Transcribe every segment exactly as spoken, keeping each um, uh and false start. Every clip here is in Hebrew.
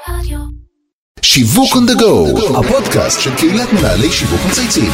שיווק on the go, הפודקאסט של קהילת מנהלי שיווק מצייצים.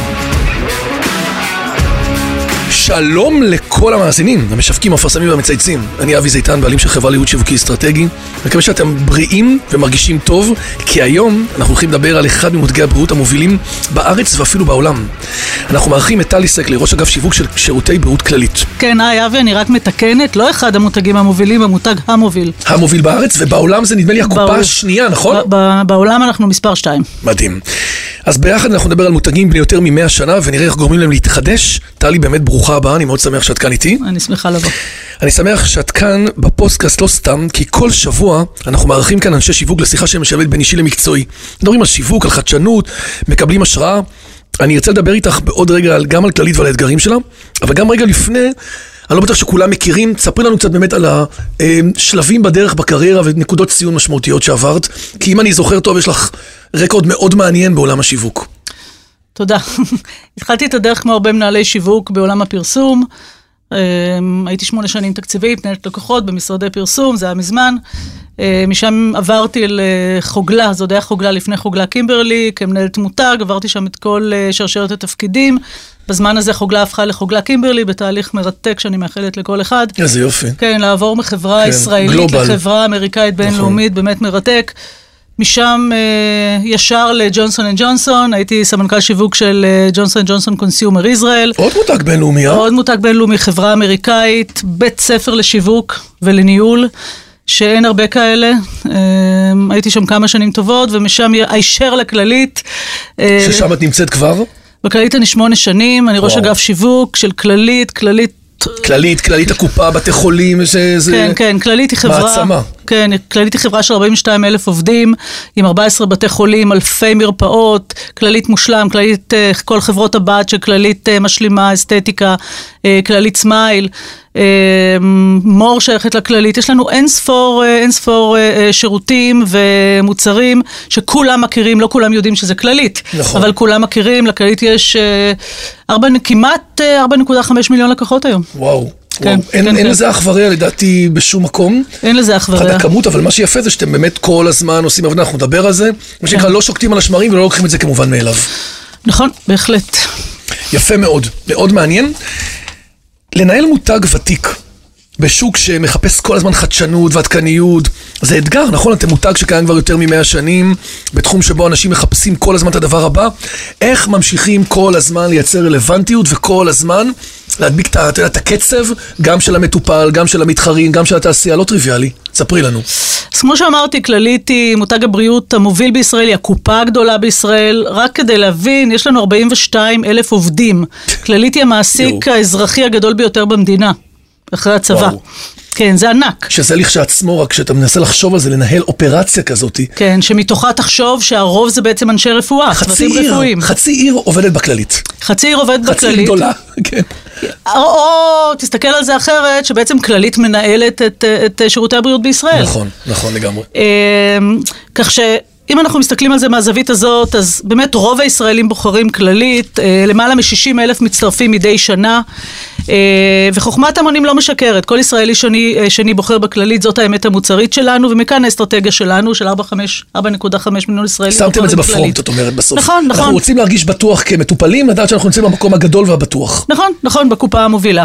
שלום לכל המאזינים, המשווקים, המפרסמים והמצייצים. אני אבי זיתן, בעלים של חברה לייעוץ שיווקי אסטרטגי. מקווה שאתם בריאים ומרגישים טוב, כי היום אנחנו הולכים לדבר על אחד ממותגי הבריאות המובילים בארץ ואפילו בעולם. אנחנו מארחים את טלי סקלי, ראש אגף שיווק של שירותי בריאות כללית. כן, היי אבי, אני רק מתקנת, לא אחד המותגים המובילים, המותג המוביל. המוביל בארץ, ובעולם זה נדמה לי הקופה השנייה, נכון? בעולם אנחנו מספר שתיים. מדהים. אז ביחד אנחנו נדבר על מותגים בני יותר ממאה שנה, ונראה איך גורמים להם להתחדש. טלי, באמת ברוכה הבאה, אני מאוד שמח שאת כאן איתי. אני שמחה לבוא. אני שמח שאת כאן בפודקאסט לא סתם, כי כל שבוע אנחנו מארחים כאן אנשי שיווק לשיחה שמשלבת בין אישי למקצועי. מדברים על שיווק, על חדשנות, מקבלים השראה. אני ארצה לדבר איתך בעוד רגע גם על כללית ועל האתגרים שלה, אבל גם רגע לפני, אני לא בטח שכולם מכירים, תספרי לנו קצת באמת על השלבים בדרך בקריירה ונקודות ציון משמעותיות שעברת, כי אם אני זוכר טוב, יש לך רקורד מאוד מעניין בעולם השיווק. תודה. התחלתי את הדרך כמו הרבה מנהלי שיווק בעולם הפרסום. הייתי שמונה שנים תקציבית, מנהלת לקוחות במשרדי פרסום, זה היה מזמן. משם עברתי לחוגלה, זו עוד היה חוגלה לפני חוגלה קימברלי, כמנהלת מותג, עברתי שם את כל שרשרת התפקידים. בזמן הזה חוגלה הפכה לחוגלה קימברלי, בתהליך מרתק שאני מאחלת לכל אחד. איזה יופי. כן, לעבור מחברה ישראלית לחברה אמריקאית בינלאומית, באמת מרתק. משם uh, ישר לג'ונסון אנד ג'ונסון, הייתי סמנכ"ל שיווק של ג'ונסון אנד ג'ונסון קונסיומר ישראל. עוד מותג בינלאומי, אה? עוד מותג בינלאומי, חברה אמריקאית, בית ספר לשיווק ולניהול, שאין הרבה כאלה. Uh, הייתי שם כמה שנים טובות, ומשם הישר לכללית. ששם את נמצאת כבר? בכללית אני שמונה שנים, אני ראש אגף שיווק של כללית, כללית, כללית, כללית הקופה, בתי חולים, זה... כן, כן, כללית היא חברה... מעצמה. כן, כללית היא חברה של ארבעים ושניים אלף עובדים, עם ארבעה עשר בתי חולים, אלפי מרפאות, כללית מושלם, כללית, כל חברות הבת של כללית משלימה, אסתטיקה, כללית סמייל, מור שייכת לכללית. יש לנו אין ספור, אין ספור שירותים ומוצרים שכולם מכירים, לא כולם יודעים שזה כללית, נכון. אבל כולם מכירים, לכללית יש ארבע, כמעט ארבע נקודה חמש מיליון לקוחות היום. וואו. כן, אין, כן, אין כן. לזה אח ורע לדעתי בשום מקום. אין לזה אח ורע. עד הכמות, אבל מה שיפה זה שאתם באמת כל הזמן עושים עבודה, אנחנו נדבר על זה, מה שנקרא לא שוקטים על השמרים ולא לוקחים את זה כמובן מאליו. נכון, בהחלט. יפה מאוד, מאוד מעניין. לנהל מותג ותיק בשוק שמחפש כל הזמן חדשנות ועדכניות, זה אתגר, נכון? אתם מותג שקיים כבר יותר ממאה שנים, בתחום שבו אנשים מחפשים כל הזמן את הדבר הבא. איך ממשיכים כל הזמן לייצר רלוונטיות וכל הזמן להדביק את, את, את הקצב, גם של המטופל, גם של המתחרים, גם של התעשייה, לא טריוויאלי. ספרי לנו. אז כמו שאמרתי, כללית היא מותג הבריאות המוביל בישראל, היא הקופה הגדולה בישראל. רק כדי להבין, יש לנו ארבעים ושניים אלף עובדים. כללית היא המעסיק האזרחי הגדול ביותר במדינה, אחרי הצבא. וואו. כן, זה ענק. שזה לכשעצמו, רק שאתה מנסה לחשוב על זה, לנהל אופרציה כזאת. כן, שמתוכה תחשוב שהרוב זה בעצם אנשי רפואה, חצי עיר, רפואיים. חצי עיר עובדת בכללית. חצי עיר עובדת בכללית. חצי עיר גדולה, כן. או, או, תסתכל על זה אחרת, שבעצם כללית מנהלת את, את שירותי הבריאות בישראל. נכון, נכון לגמרי. כך ש... אם אנחנו מסתכלים על זה מהזווית הזאת, אז באמת רוב הישראלים בוחרים כללית, למעלה מ-שישים אלף מצטרפים מדי שנה, וחוכמת המונים לא משקרת. כל ישראלי שני, שני בוחר בכללית, זאת האמת המוצרית שלנו, ומכאן האסטרטגיה שלנו, של ארבע נקודה חמש מיליון ישראלים בוחרים בכללית. שמתם את זה בפרונט, את אומרת בסוף. נכון, נכון. אנחנו רוצים להרגיש בטוח כמטופלים, לדעת שאנחנו נמצאים במקום הגדול והבטוח. נכון, נכון, בקופה המובילה.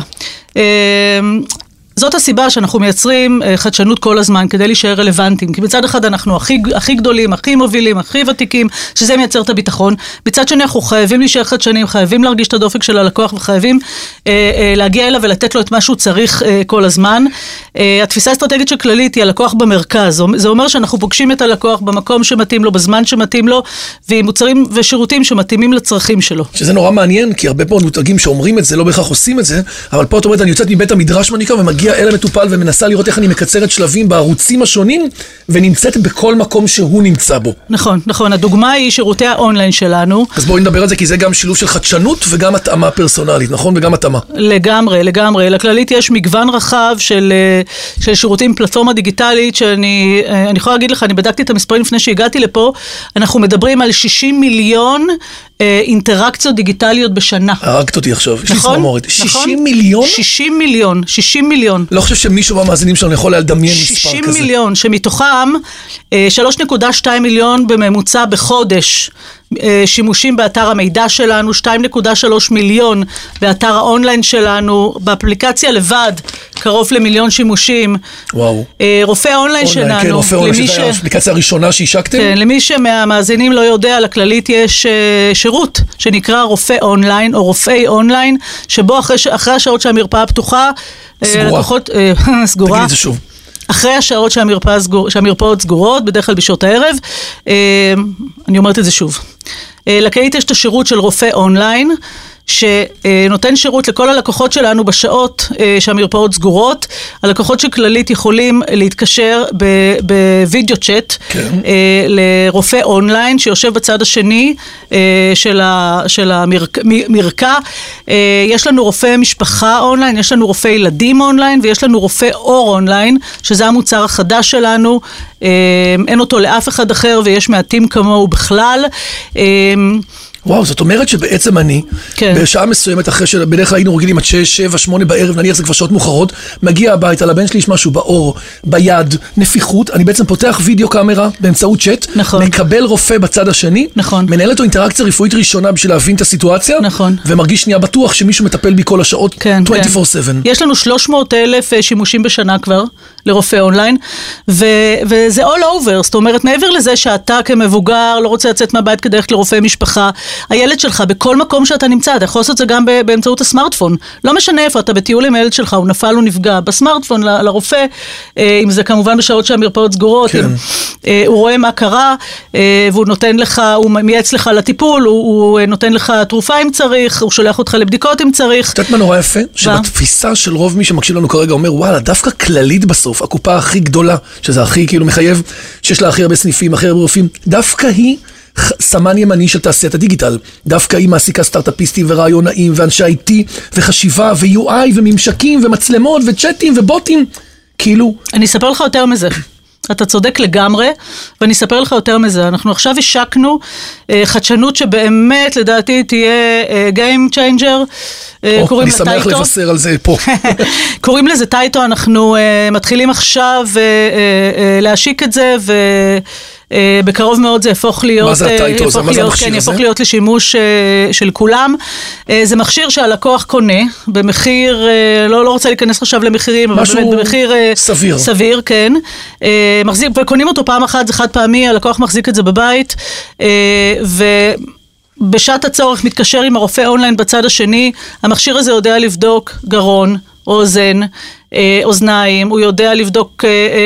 זאת הסיבה שאנחנו מייצרים חדשנות כל הזמן, כדי להישאר רלוונטיים. כי מצד אחד אנחנו הכי, הכי גדולים, הכי מובילים, הכי ותיקים, שזה מייצר את הביטחון. מצד שני אנחנו חייבים להישאר חדשנים, חייבים להרגיש את הדופק של הלקוח, וחייבים אה, אה, להגיע אליו ולתת לו את מה שהוא צריך אה, כל הזמן. אה, התפיסה האסטרטגית של כללית היא הלקוח במרכז. זה אומר שאנחנו פוגשים את הלקוח במקום שמתאים לו, בזמן שמתאים לו, ועם מוצרים ושירותים שמתאימים לצרכים שלו. שזה נורא מעניין, כי הרבה פעמים מותגים שאומרים את זה, לא בהכרח עושים את זה, אבל פה את אומרת, אני יוצאת מבית המדרש מניקה ומגיע אל המטופל ומנסה לראות איך אני מקצרת שלבים בערוצים השונים, ונמצאת בכל מקום שהוא נמצא בו. נכון, נכון. הדוגמה היא שירותי האונליין שלנו. אז בואי נדבר על זה, כי זה גם שילוב של חדשנות וגם התאמה פרסונלית, נכון? וגם התאמה. לגמרי, לגמרי. לכללית יש מגוון רחב של, של שירותים, פלטפורמה דיגיטלית, שאני, אני יכולה להגיד לך, אני בדקתי את המספרים לפני שהגעתי לפה, אנחנו מדברים על שישים מיליון אינטראקציות דיגיטליות בשנה. הרגת אותי עכשיו, יש לי נכון? צמרמורת. נכון? שישים מיליון? שישים מיליון, שישים מיליון. לא חושב שמישהו מהמאזינים שלנו יכול לדמיין מספר כזה. שישים מיליון, שמתוכם שלוש נקודה שתיים מיליון בממוצע בחודש שימושים באתר המידע שלנו, שתיים נקודה שלוש מיליון באתר האונליין שלנו, באפליקציה לבד, קרוב למיליון שימושים. וואו. רופא האונליין שלנו. כן, רופא האונליין, שזו האפליקציה הראשונה שהשקתם? כן, למי שמהמאזינים לא יודע, לכללית יש שירות שנקרא רופא אונליין, או רופאי אונליין, שבו אחרי, אחרי השעות שהמרפאה פתוחה, סגורה. לקוחות, סגורה. תגיד את זה שוב. אחרי השעות שהמרפאה סגור, שהמרפאות סגורות, בדרך כלל בשעות הערב, אני אומרת את זה שוב. לכללית יש את השירות של רופא אונליין, שנותן שירות לכל הלקוחות שלנו בשעות שהמרפאות סגורות. הלקוחות של כללית יכולים להתקשר בווידאו צ'אט לרופא אונליין שיושב בצד השני של המרקע. יש לנו רופא משפחה אונליין, יש לנו רופא ילדים אונליין, ויש לנו רופא אור אונליין, שזה המוצר החדש שלנו. אין אותו לאף אחד אחר, ויש מעטים כמוהו בכלל. וואו, זאת אומרת שבעצם אני, כן. בשעה מסוימת אחרי שבדרך כלל היינו רגילים עד שש, שבע, שמונה בערב, נניח זה כבר שעות מאוחרות, מגיע הביתה, לבן שלי יש משהו באור, ביד, נפיחות, אני בעצם פותח וידאו קאמרה באמצעות צ'אט, נכון. מקבל רופא בצד השני, נכון. מנהל אותו אינטראקציה רפואית ראשונה בשביל להבין את הסיטואציה, נכון. ומרגיש שנייה בטוח שמישהו מטפל בי כל השעות, כן, עשרים וארבע שבע. כן. יש לנו שלוש מאות אלף שימושים בשנה כבר, לרופא אונליין, ו- וזה all over, זאת אומרת, מעבר לזה שאתה כמבוגר לא רוצה לצאת מהבית כדי ללכת לרופא משפחה, הילד שלך, בכל מקום שאתה נמצא, אתה יכול לעשות את זה גם באמצעות הסמארטפון. לא משנה איפה, אתה בטיול עם הילד שלך, הוא נפל, הוא נפגע, בסמארטפון ל- לרופא, אם זה כמובן בשעות שהמרפאות סגורות, כן. אם, הוא רואה מה קרה, והוא נותן לך, הוא מייעץ לך לטיפול, הוא, הוא נותן לך תרופה אם צריך, הוא שולח אותך לבדיקות אם צריך. קצת מה נורא יפה, שבתפיסה של רוב מי שמקשיב לנו כרגע אומר, וואלה, דווקא כללית בסוף, הקופה הכי גדולה, שזה הכי כאילו מחייב, שיש לה הכי הרבה סניפים, הכי הרבה רופאים, דווקא היא סמן ימני של תעשיית הדיגיטל. דווקא היא מעסיקה סטארט-אפיסטים ורעיונאים ואנשי איי טי וחשיבה ו-יו איי וממשקים ומצלמות וצ'אטים ובוטים. כאילו... אני אספר לך יותר מזה. אתה צודק לגמרי, ואני אספר לך יותר מזה. אנחנו עכשיו השקנו אה, חדשנות שבאמת לדעתי תהיה אה, Game Changer. אה, או, אני שמח טייטו. לבשר על זה פה. קוראים לזה טייטו, אנחנו אה, מתחילים עכשיו אה, אה, להשיק את זה, ו... Uh, בקרוב מאוד זה יפוך להיות, מה זה הטייטו? זה, מה זה המכשיר הזה? יפוך להיות לשימוש uh, של כולם. Uh, זה מכשיר שהלקוח קונה במחיר, uh, לא, לא רוצה להיכנס עכשיו למחירים, אבל באמת במחיר uh, סביר. סביר, כן. Uh, מחזיק, וקונים אותו פעם אחת, זה חד פעמי, הלקוח מחזיק את זה בבית, uh, ו... בשעת הצורך מתקשר עם הרופא אונליין בצד השני, המכשיר הזה יודע לבדוק גרון, אוזן, אוזניים, הוא יודע לבדוק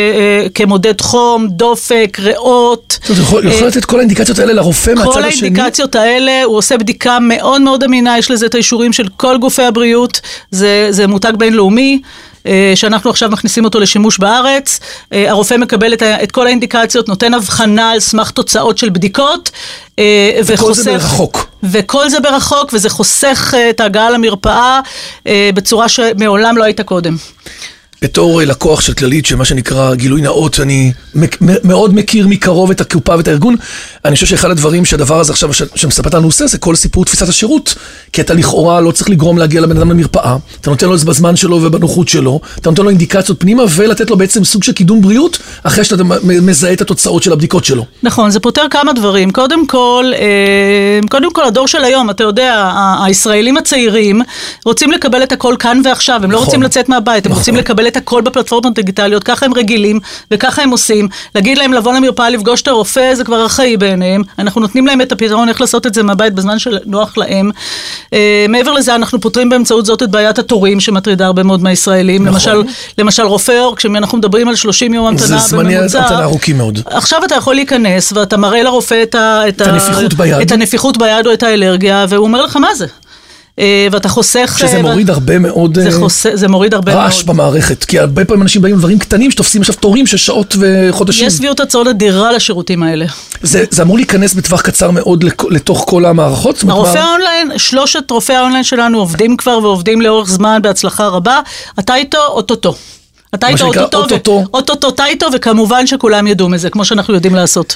כמודד חום, דופק, ריאות. יכול לתת את כל האינדיקציות האלה לרופא מהצד השני? כל האינדיקציות האלה, הוא עושה בדיקה מאוד מאוד אמינה, יש לזה את האישורים של כל גופי הבריאות, זה מותג בינלאומי, שאנחנו עכשיו מכניסים אותו לשימוש בארץ, הרופא מקבל את כל האינדיקציות, נותן הבחנה על סמך תוצאות של בדיקות, וכל זה ברחוק. וכל זה ברחוק, וזה חוסך את ההגעה למרפאה בצורה שמעולם לא הייתה קודם. בתור לקוח של כללית, שמה שנקרא גילוי נאות, אני מאוד מכיר מקרוב את הקופה ואת הארגון, אני חושב שאחד הדברים שהדבר הזה עכשיו שמספת לנו עושה, זה כל סיפור תפיסת השירות, כי אתה לכאורה לא צריך לגרום להגיע לבן אדם למרפאה, אתה נותן לו את זה בזמן שלו ובנוחות שלו, אתה נותן לו אינדיקציות פנימה, ולתת לו בעצם סוג של קידום בריאות, אחרי שאתה מזהה את התוצאות של הבדיקות שלו. נכון, זה פותר כמה דברים. קודם כל, קודם כל הדור של היום, אתה יודע, הישראלים הצעירים רוצים לקבל את הכל כאן ועכשיו, הם לא רוצים לצאת מהבית, הם רוצים לקבל את הכל בפלטפורמות דיגיטליות, ככה הם רגילים וככה הם עושים. להגיד להם לבוא למרפאה לפגוש את הרופא, זה כבר ארכאי בעיניהם. אנחנו נותנים להם את הפתרון איך לעשות את זה מהבית בזמן שנוח להם. מעבר לזה, אנחנו פותרים באמצעות זאת את בעיית התורים שמטרידה הרבה מאוד מהישראלים. למשל, למשל רופא אור, כשאנחנו מדברים על שלושים יום המתנה בממוצע. זה זמני המתנה ארוכים מאוד. עכשיו אתה יכול להיכנס ואתה מראה לרופא את ה, את הנפיחות ביד. את הנפיחות ביד או את האלרגיה, והוא אומר לך מה זה. ואתה חוסך... שזה מוריד הרבה מאוד... זה, חוסך, זה מוריד הרבה מאוד... רעש במערכת, כי הרבה פעמים אנשים באים דברים קטנים שתופסים עכשיו תורים של שעות וחודשים. יש סביבות הצעות אדירה לשירותים האלה. זה, זה אמור להיכנס בטווח קצר מאוד לתוך כל המערכות? הרופא האונליין, שלושת רופאי האונליין שלנו עובדים כבר ועובדים לאורך זמן בהצלחה רבה. אתה איתו, אוטוטו. אתה איתו, אוטוטו, אוטוטו, טייטו, וכמובן שכולם ידעו מזה, כמו שאנחנו יודעים לעשות.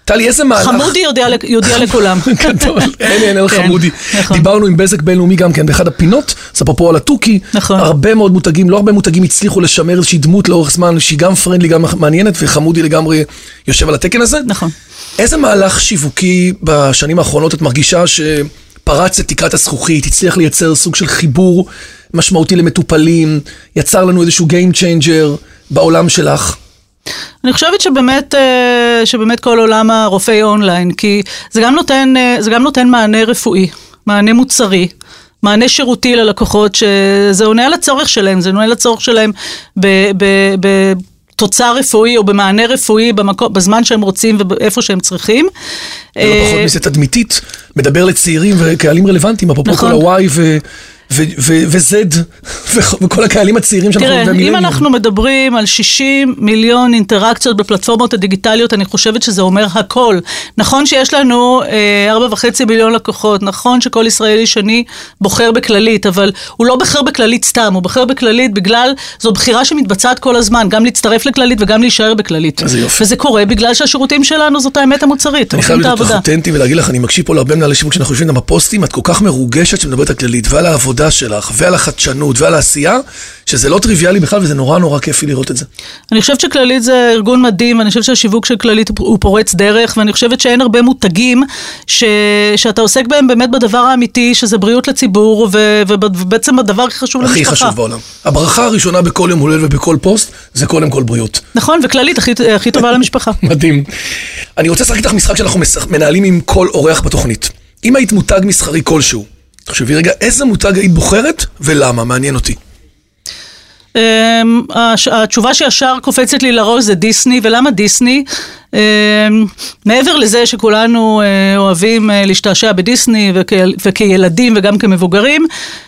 טלי, איזה מהלך? חמודי יודיע לכולם. גדול, אין אין אל חמודי. דיברנו עם בזק בינלאומי גם כן באחד הפינות, אז אפרופו על התוכי, הרבה מאוד מותגים, לא הרבה מותגים הצליחו לשמר איזושהי דמות לאורך זמן, שהיא גם פרנדלי, גם מעניינת, וחמודי לגמרי יושב על התקן הזה. נכון. איזה מהלך שיווקי בשנים האחרונות את מרגישה שפרץ את תקרת הזכוכית, הצליח לייצר סוג של חיבור משמעותי למטופלים, יצר לנו איזשהו game changer בעולם שלך? אני חושבת שבאמת, שבאמת כל עולם הרופאי אונליין, כי זה גם נותן, זה גם נותן מענה רפואי, מענה מוצרי, מענה שירותי ללקוחות, שזה עונה על הצורך שלהם, זה עונה על הצורך שלהם ב, ב, ב, תוצר רפואי או במענה רפואי במקום, בזמן שהם רוצים ואיפה שהם צריכים. לא פחות מזה תדמיתית, מדבר לצעירים וקהלים רלוונטיים, אפרופו כל ה-Y ו... ו-Z, וכל הקהלים הצעירים שאנחנו... תראה, אם אנחנו מדברים על שישים מיליון אינטראקציות בפלטפורמות הדיגיטליות, אני חושבת שזה אומר הכל. נכון שיש לנו ארבע וחצי מיליון לקוחות, נכון שכל ישראלי שני בוחר בכללית, אבל הוא לא בוחר בכללית סתם, הוא בוחר בכללית בגלל, זו בחירה שמתבצעת כל הזמן, גם להצטרף לכללית וגם להישאר בכללית. וזה קורה בגלל שהשירותים שלנו זאת האמת המוצרית. אני חייב להיות אותנטי ולהגיד לך, אני מקשיב פה להרבה מנהלי שיווק שאנחנו יושבים בפוסטים, את כל כך מרוגשת שמדברת על כללית ועל העבודה שלך ועל החדשנות ועל העשייה, שזה לא טריוויאלי בכלל וזה נורא נורא כיפי לראות את זה. אני חושבת שכללית זה ארגון מדהים, ואני חושבת שהשיווק של כללית הוא פורץ דרך, ואני חושבת שאין הרבה מותגים ש... שאתה עוסק בהם באמת בדבר האמיתי, שזה בריאות לציבור, ו... ובעצם הדבר הכי חשוב למשפחה. הכי חשוב בעולם. הברכה הראשונה בכל יום הולד ובכל פוסט, זה קודם כל בריאות. נכון, וכללית הכי, הכי טובה למשפחה. מדהים. אני רוצה לשחק איתך משחק שאנחנו מנהלים עם כל אורח בתוכנית. אם היית מותג מסחרי כלשהו, תחשבי רגע, איזה מותג היית בוחרת ולמה? מעניין אותי. התשובה שישר קופצת לי לראש זה דיסני, ולמה דיסני? מעבר לזה שכולנו אוהבים להשתעשע בדיסני וכילדים וגם כמבוגרים,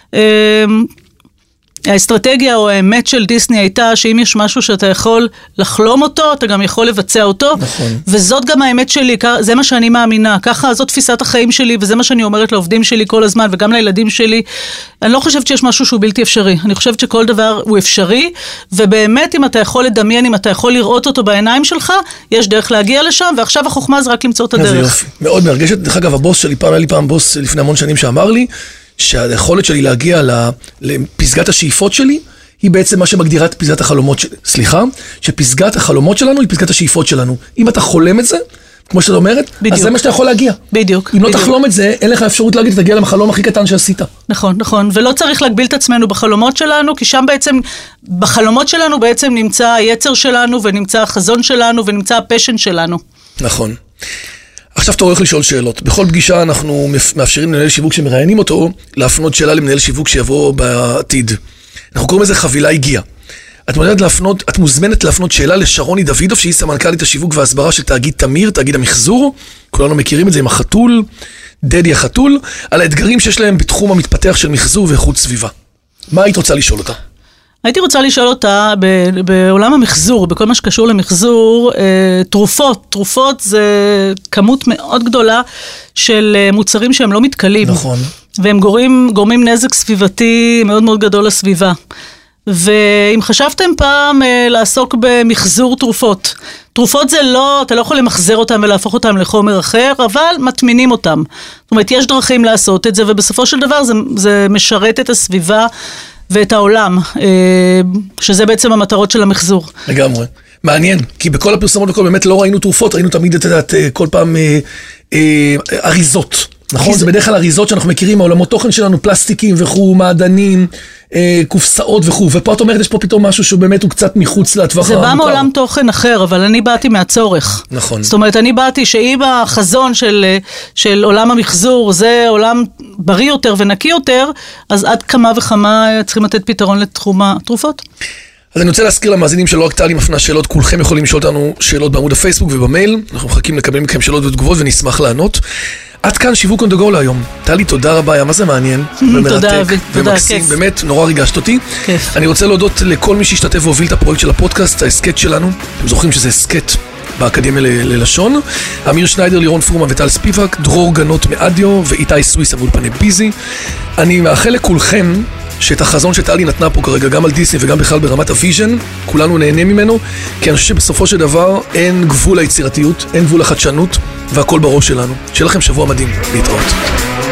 האסטרטגיה או האמת של דיסני הייתה שאם יש משהו שאתה יכול לחלום אותו, אתה גם יכול לבצע אותו. נכון. וזאת גם האמת שלי, זה מה שאני מאמינה. ככה זאת תפיסת החיים שלי, וזה מה שאני אומרת לעובדים שלי כל הזמן, וגם לילדים שלי. אני לא חושבת שיש משהו שהוא בלתי אפשרי. אני חושבת שכל דבר הוא אפשרי, ובאמת אם אתה יכול לדמיין, אם אתה יכול לראות אותו בעיניים שלך, יש דרך להגיע לשם, ועכשיו החוכמה זה רק למצוא את הדרך. זה יופי. מאוד מרגשת. דרך אגב, הבוס שלי, פעם היה לי פעם בוס לפני המון שנים שאמר לי, שהיכולת שלי להגיע לפסגת השאיפות שלי, היא בעצם מה שמגדירה את פסגת החלומות שלי. סליחה, שפסגת החלומות שלנו היא פסגת השאיפות שלנו. אם אתה חולם את זה, כמו שאת אומרת, בדיוק. אז זה מה שאתה יכול להגיע. בדיוק. אם בדיוק. לא תחלום את זה, אין לך אפשרות להגיד, תגיע למחלום הכי קטן שעשית. נכון, נכון. ולא צריך להגביל את עצמנו בחלומות שלנו, כי שם בעצם, בחלומות שלנו בעצם נמצא היצר שלנו, ונמצא החזון שלנו, ונמצא הפשן שלנו. נכון. עכשיו אתה הולך לשאול שאלות. בכל פגישה אנחנו מאפשרים למנהל שיווק שמראיינים אותו, להפנות שאלה למנהל שיווק שיבוא בעתיד. אנחנו קוראים לזה חבילה הגיעה. את מוזמנת להפנות, את מוזמנת להפנות שאלה לשרוני דוידוב, שהיא סמנכ"לית השיווק וההסברה של תאגיד תמיר, תאגיד המחזור. כולנו מכירים את זה עם החתול, דדי החתול, על האתגרים שיש להם בתחום המתפתח של מחזור ואיכות סביבה. מה היית רוצה לשאול אותה? הייתי רוצה לשאול אותה, בעולם המחזור, בכל מה שקשור למחזור, תרופות, תרופות זה כמות מאוד גדולה של מוצרים שהם לא מתקלים. נכון. והם גורמים, גורמים נזק סביבתי מאוד מאוד גדול לסביבה. ואם חשבתם פעם לעסוק במחזור תרופות, תרופות זה לא, אתה לא יכול למחזר אותם ולהפוך אותם לחומר אחר, אבל מטמינים אותם. זאת אומרת, יש דרכים לעשות את זה, ובסופו של דבר זה, זה משרת את הסביבה, ואת העולם, שזה בעצם המטרות של המחזור. לגמרי. מעניין, כי בכל הפרסומות וכל באמת לא ראינו תרופות, ראינו תמיד את יודעת, כל פעם אה, אה, אריזות. נכון? זה בדרך כלל אריזות שאנחנו מכירים מעולמות תוכן שלנו, פלסטיקים וכו', מעדנים, אה, קופסאות וכו'. ופה את אומרת, יש פה פתאום משהו שהוא באמת הוא קצת מחוץ לטווח המוכר. זה בא מעולם תוכן אחר, אבל אני באתי מהצורך. נכון. זאת אומרת, אני באתי שאם החזון של, של עולם המחזור, זה עולם בריא יותר ונקי יותר, אז עד כמה וכמה צריכים לתת פתרון לתחום התרופות. אז אני רוצה להזכיר למאזינים שלא רק טלי מפנה שאלות, כולכם יכולים לשאול אותנו שאלות בעמוד הפייסבוק ובמייל. אנחנו מחכים לקבל מכם שאלות ותגובות ונשמח לענות. עד כאן שיווק on the go להיום. טלי, תודה רבה, היה מה זה מעניין. תודה, אבי. תודה, כיף. באמת, נורא ריגשת אותי. כיף. אני רוצה להודות לכל מי שהשתתף והוביל את הפרויקט של הפודקאסט, ההסקט שלנו. אתם זוכרים שזה הסקט באקדמיה ללשון. אמיר שניידר, לירון פורמן וטל ספיבק, דרור גנות מאדיו ואיתי סוויס עבור פני ביזי. אני מאחל לכולכם שאת החזון שטלי נתנה פה כרגע, גם על דיסני וגם בכלל ברמת הוויז'ן, כולנו נהנה ממנו, כי אני חושב שבסופו של דבר אין גבול ליצירתיות, אין גבול לחדשנות, והכל בראש שלנו. שיהיה לכם שבוע מדהים, להתראות.